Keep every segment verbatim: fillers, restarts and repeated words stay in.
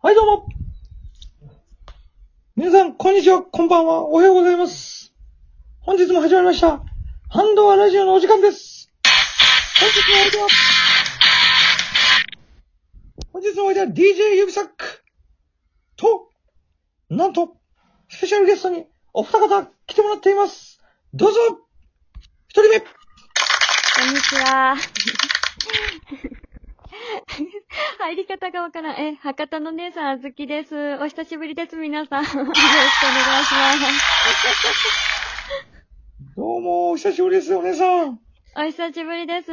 はい、どうも。皆さん、こんにちは、こんばんは、おはようございます。本日も始まりました、ハンドアラジオのお時間です。本日のお相手は、本日のお相手は ディージェー 指サックと、なんと、スペシャルゲストにお二方来てもらっています。どうぞ、一人目。 こんにちは。入り方がわからん。え、博多の姉さん、あずきです。お久しぶりです、皆さん。よろしくお願いします。 どうも、お久しぶりです、お姉さん。 お久しぶりです。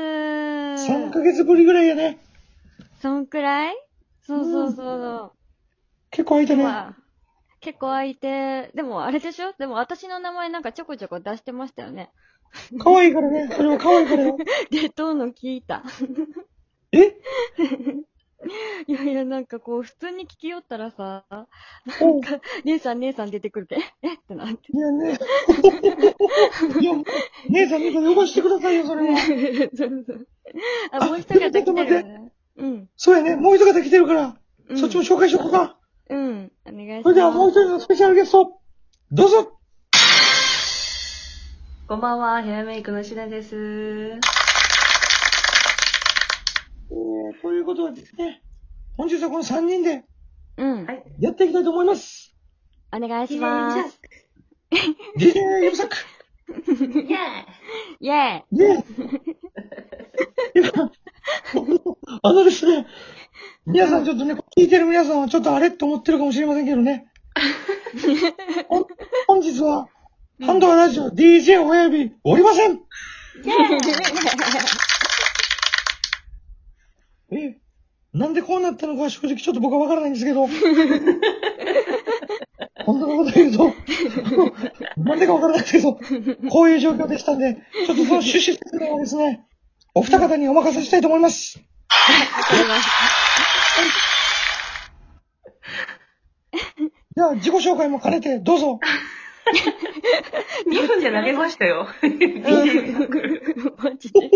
さんかげつぶりぐらいやね。 そんくらい？そうそうそう。うん、 結構空いたね。 まあ、結構空いて、でもあれでしょ？でも私の名前なんかちょこちょこ出してましたよね。 可愛いからね。それは可愛いからよ。 で、どうの聞いた。 えいやいや、なんかこう、普通に聞きよったらさ、なんか、姉さん姉さん出てくるけ、えってなって。 いやね。いや、姉さん姉さん呼ばしてくださいよ、それは。 そうそう。あ、もう一方来てるよね。うん。 そうやね。もう一方来てるから、 うん、 そっちも紹介しようか。 うん。お願いします。 それではもう一人のスペシャルゲスト、どうぞ。 こんばんは、ヘアメイクのしなです。 えー、ということでですね、本日はこのさんにんで、 うん。 やっていきたいと思います。 お願いします。 ディージェー 指サック。 イェーイイェーイイェーイ今、あのですね、皆さんちょっとね、聞いてる皆さんはちょっとあれって思ってるかもしれませんけどね。本日は、ハンドアラジオ ディージェー 親指おりません。え、なんでこうなったのかは正直ちょっと僕はわからないんですけど。本当のこと言うと、なんでかわからないですけど、こういう状況でしたんで、ちょっとその趣旨説明をですね、お二方にお任せしたいと思います。じゃあ自己紹介も兼ねてどうぞ。 にふんじゃ投げましたよ。 マジで。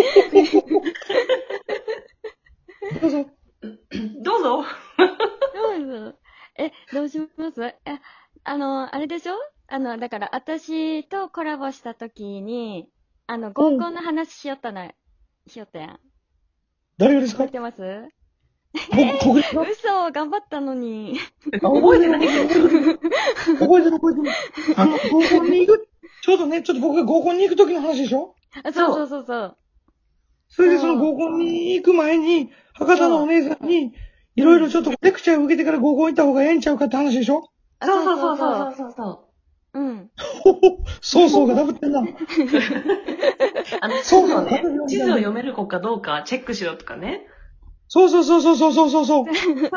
どうぞ。 どうぞ。 どうぞ。え、どうしますえ、あの、あれでしょあの、だから、私とコラボした時に、あの、合コンの話しよったな、しよったやん。 誰がですか？ 覚えてます？ 僕、僕ですか？ 嘘、頑張ったのに。 覚えてないけど。 覚えてる覚えてる。あの、合コンに行く、ちょうどね、ちょっと僕が合コンに行く時の話でしょ？ あ、そうそうそうそう。 それでその合コンに行く前に、博多のお姉さんに、いろいろちょっとレクチャーを受けてから合コン行った方がええんちゃうかって話でしょ？ そうそうそうそうそうそう。 うん。 そうそうがダブってんな。 あの、地図をね、地図を読める子かどうかチェックしろとかね。 そうそうそうそうそうそうそうそう。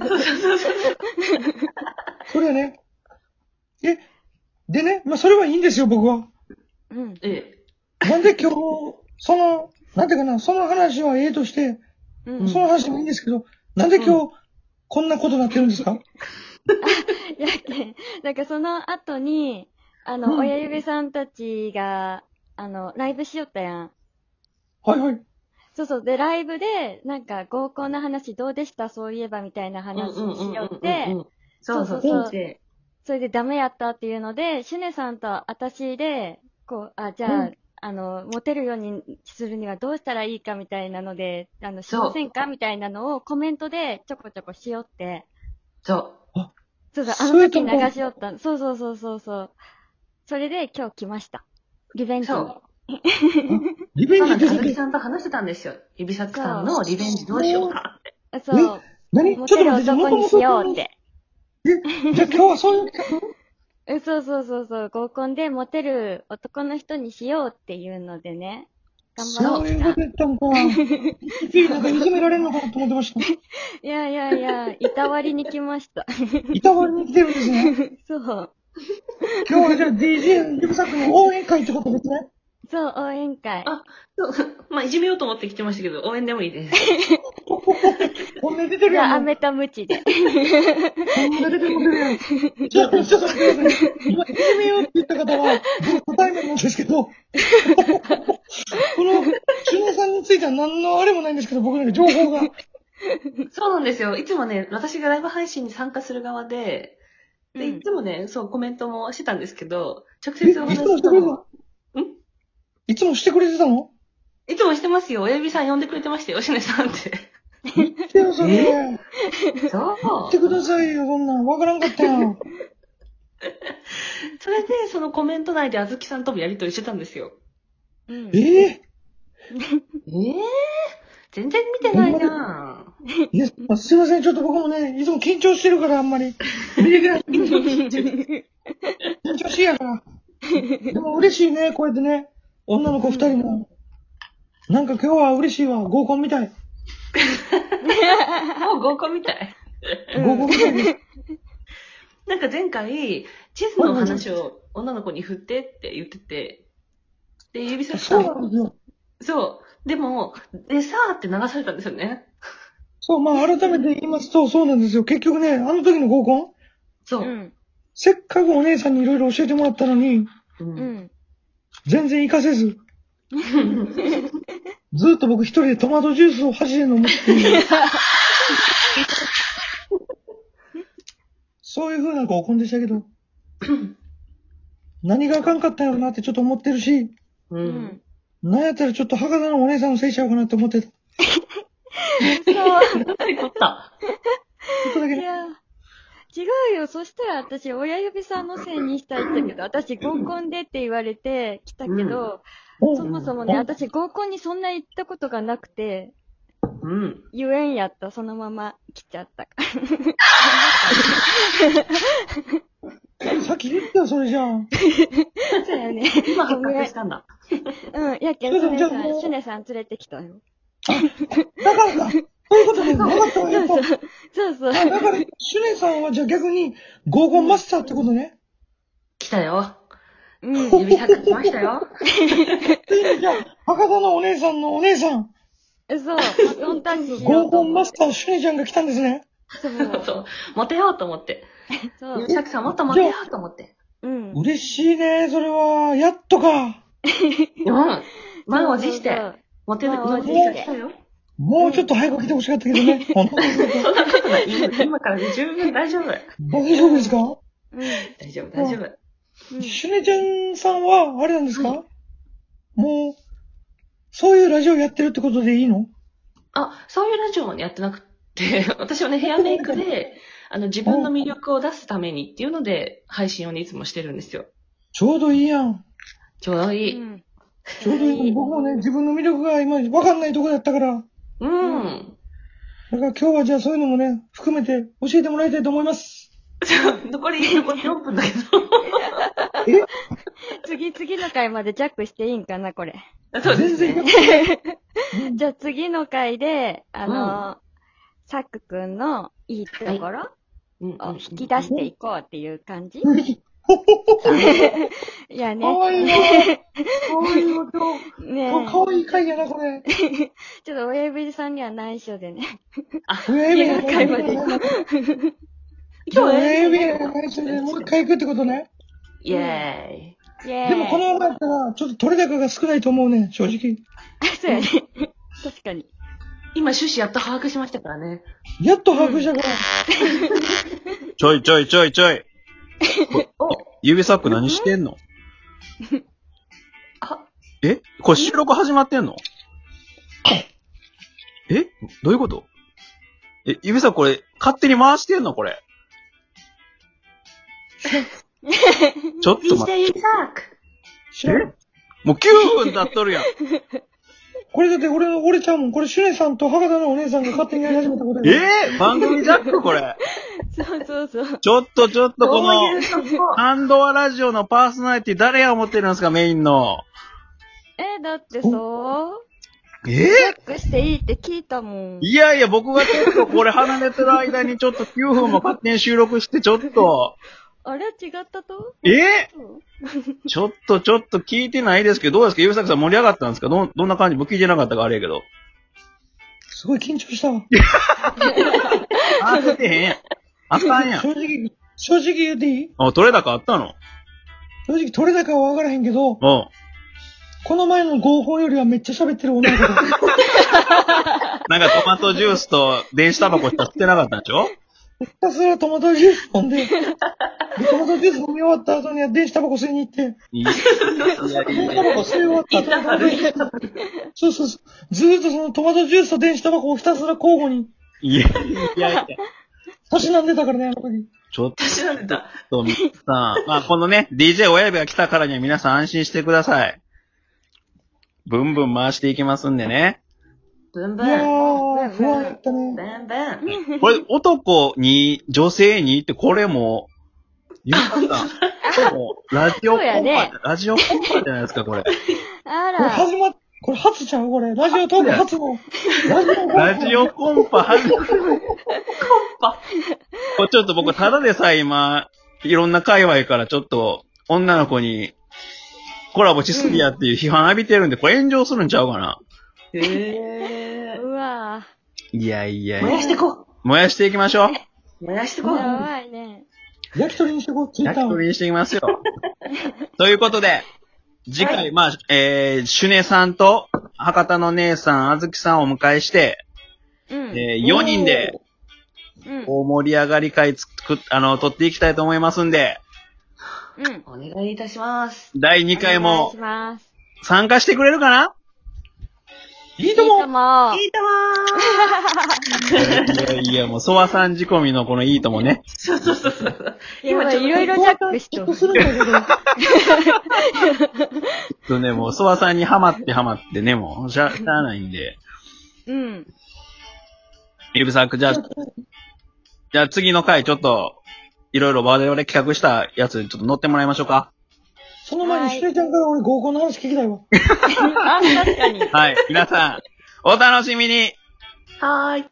それやね。え、でね、まあそれはいいんですよ、僕は。 うん。 ええ。なんで今日、その、なんていうかな、その話はええとして、 うん、 その話もいいんですけど、なんで今日、うん、こんなことになってるんですか？ やっけ、なんかその後に、あの、うん、親指さんたちが、あの、ライブしよったやん。 はいはい。 そうそう。で、ライブで、なんか合コンの話どうでしたそういえばみたいな話しよって、 そうそうそう。 それでダメやったっていうので、シュネさんと私で、こう、あ、じゃあ、うん、あの、モテるようにするにはどうしたらいいかみたいなので、あの、しませんかみたいなのをコメントでちょこちょこしよって。 そう。 そうそう、あの時流しよった。そうそうそうそうそう。それで今日来ました。リベンジに。 そう。リベンジってあずきさんと話してたんですよ。指サックさんのリベンジどうしようかって。 そう。 何？ モテる男にしようって。 え、じゃあ今日はそういう企画？そうそうそうそう。合コンでモテる男の人にしようっていうのでね。 頑張ってきた。そういうことやったんか。なんかいじめられるのかなと思ってました。 いやいやいや、いたわりに来ました。 いたわりに来てるんですね。 そう。 今日はじゃあ ディージェー 指サックの応援会ってことですね。 そう、応援会。 あ、そう。まあ、いじめようと思って来てましたけど、応援でもいいです。 本音出てるやん。 じゃあ、飴とムチで。 本音出てるやん。ちょっと、ちょっと待ってください。今、いじめようって言った方は、初対面なんですけど、この、シュネさんについては何のあれもないんですけど、僕なんか情報が。 そうなんですよ。いつもね、私がライブ配信に参加する側で、で、いつもね、そう、コメントもしてたんですけど、直接お話ししたのは。 んいつもしてくれてたの？ いつもしてますよ。親指さん呼んでくれてましたよ、しねさんって。 言ってよ、それ。 そう。 言ってくださいよ、そんなん。わからんかったよ。 それで、そのコメント内であずきさんともやりとりしてたんですよ。 うん。 えぇ、ー、 えぇ、ー、全然見てないなぁ。 いや、すいません、ちょっと僕もね、いつも緊張してるから、あんまり。見れない。緊張しいやから。でも嬉しいね、こうやってね。女の子二人も。なんか今日は嬉しいわ、合コンみたい。 もう合コンみたい。 合コンみたいです。 なんか前回、地図の話を女の子に振ってって言ってて、で、指先さん。 そうなんですよ。 そう。でも、でさーって流されたんですよね。 そう、まあ改めて言いますと、そうなんですよ。結局ね、あの時の合コンそう。 うん。 せっかくお姉さんにいろいろ教えてもらったのに、 うん。 うん。 全然活かせず、ずっと僕一人でトマトジュースを箸で飲むっていう。そういう風な合コンでしたけど、何があかんかったんやろなってちょっと思ってるし、 う。 うんん。 なんやったらちょっと博多のお姉さんのせいちゃうかなって思ってた。 そう。 何こった。 ちょっとだけね。 いや、違うよ。そしたら私、親指さんのせいにしたいんだけど、私合コンでって言われて来たけど、 うん、 そもそもね、私合コンにそんな行ったことがなくて、 うん。 言えんやった。そのまま来ちゃったかさっき言ったよ、それじゃあ。 そうやね。 今発覚したんだ。 うん。やけん、シュネさん、シュネさん連れてきたよ。 だからか。そういうことね。分かったわ、やっぱ。 そうそう。そうそう。 だから、シュネさんはじゃあ逆に合コンマスターってことね。 来たよ。 うん。 指先来ましたよ。 じゃあ、博多のお姉さんのお姉さん。 そう。バトンタッチしよ合うと思って。 コンマスター、シュネちゃんが来たんですね。 そう。 そう。モテようと思って。 そう。 指先さんもっとモテようと思って。 うん。 嬉しいね、それは。やっとか。 うん。満を持してそうそう。 モテる、 満を持モテして来たよ。 もうちょっと早く来てほしかったけどね。本当に。 そんなことない。今今から十分大丈夫。 大丈夫ですか？ うん。 大丈夫、大丈夫。 うん。 シュネちゃんさんは、あれなんですか、 はいもう、そういうラジオやってるってことでいいの？ あ、そういうラジオもねやってなくて、私はね、ヘアメイクで、あの、自分の魅力を出すためにっていうので、配信をね、いつもしてるんですよ。 ちょうどいいやん。 ちょうどいい。 うん。 ちょうどいい。僕もね、自分の魅力が今わかんないところだったから。 うん。 だから今日はじゃあそういうのもね、含めて教えてもらいたいと思います。 残り、残りよんぷんだけど。 え次、次の回までジャックしていいんかな、これ。 そうですね。 全然。 じゃあ次の回で、あの、サックくんのいいところうんを引き出していこうっていう感じ、 ほほほほ。 いやね。 かわいいな。かわいいわ、今日。 ねかわいい回やな、これ。 ちょっと親指さんには内緒でね。 親指次の回まで行こう。 今日親指や内緒でもう一回行くってことね。 イェーイ。 イェーイ。 でもこのままやったら、ちょっと取れ高が少ないと思うね、正直。 そうやね。確かに。 今、趣旨やっと把握しましたからね。 やっと把握したから。 ちょいちょいちょいちょい。 お指サック何してんの？ あ、 えこれ収録始まってんの？えどういうことえ、指サックこれ勝手に回してんのこれ。ちょっと待ってディージェー ユーサーク。 知らん。 えもうきゅうふん経っとるやん。 これだって俺の、俺ちゃうもん。これシュネさんと博多のお姉さんが勝手にやり始めたことえやから。 ー、番組ジャックこれ。 そうそうそう。 ちょっとちょっとこどうのいう、とこハンドアラジオのパーソナリティ誰や思ってるんですかメインの。 え、だってさ、 えジャックしていいって聞いたもん。 いやいや、僕がちょっとこれ離れてる間にちょっときゅうふんも勝手に収録してちょっと、 あれ違ったとえそうちょっとちょっと聞いてないですけど、どうですかゆうさくさん盛り上がったんですかどん、どんな感じ僕聞いてなかったからあれやけど。 すごい緊張したわ。 あ、聞いてへんやん。あかんやん。 正直、正直言うていい？ あ、取れ高あったの正直取れ高は分からへんけど、 うん。 この前の合コンよりはめっちゃ喋ってる女の子だ。 なんかトマトジュースと電子タバコしか吸ってなかったんでしょ？ ひたすらトマトジュース飲んで、でトマトジュース飲み終わった後には電子タバコ吸いに行って、 いやいや電子タバコ吸い終わった後に、そうそうそう、ずーっとそのトマトジュースと電子タバコをひたすら交互に、 いやいやいや。 たしなんでたからね、あの時。 ちょったしなんでた。 と、皆さん、まあこのね、ディージェー 親指が来たからには皆さん安心してください。ブンブン回していきますんでね。 いやブンブン。 ー、不安やったね。 ブンブン。 これ、男に、女性にってこれも、ゆかさん、これもうラジオコンパ、 そうやねラジオコンパじゃないですか、これ。 あこれら。 始まっ、これ初ちゃうこれ。ラジオトーク初の。ラジオコンパラジオコンパ初めて。 コンパ。 これちょっと僕、ただでさえ今、いろんな界隈からちょっと、女の子に、コラボしすぎやっていう批判浴びてるんで、これ炎上するんちゃうかな。 へうわいやいやー。燃やしてこ燃やしていきましょう。 燃やしてぁ。 こやばいね。 焼き鳥にしてこう、ツイッターを。 焼き鳥にしていきますよ。ということで、次回、 はいまあ、えー、シュネさんと、博多の姉さん、あずきさんをお迎えして、 うん。 えー、よにんで、 うん。 大盛り上がり会つく、あの、撮っていきたいと思いますんで、 うん。 お願いいたします。 だいにかいお願いもします。 参加してくれるかないいともいいとも。 いいともー。 いやいや、もう、ソワさん仕込みのこのいいともね。 そうそうそうそう。 今いろいろジャックしとる。 ちょっとするんだけど。 とね、もう、ソワさんにハマってハマってね、もう、しゃ、しゃあないんで。 うん。 ゆびさん、じゃあ、じゃあ次の回ちょっと、いろいろ我々企画したやつ、ちょっと乗ってもらいましょうか。 その前に、しゅねちゃんから俺合コンの話聞きたいわ。 あ、確かに。 はい、皆さん、お楽しみに。 はーい。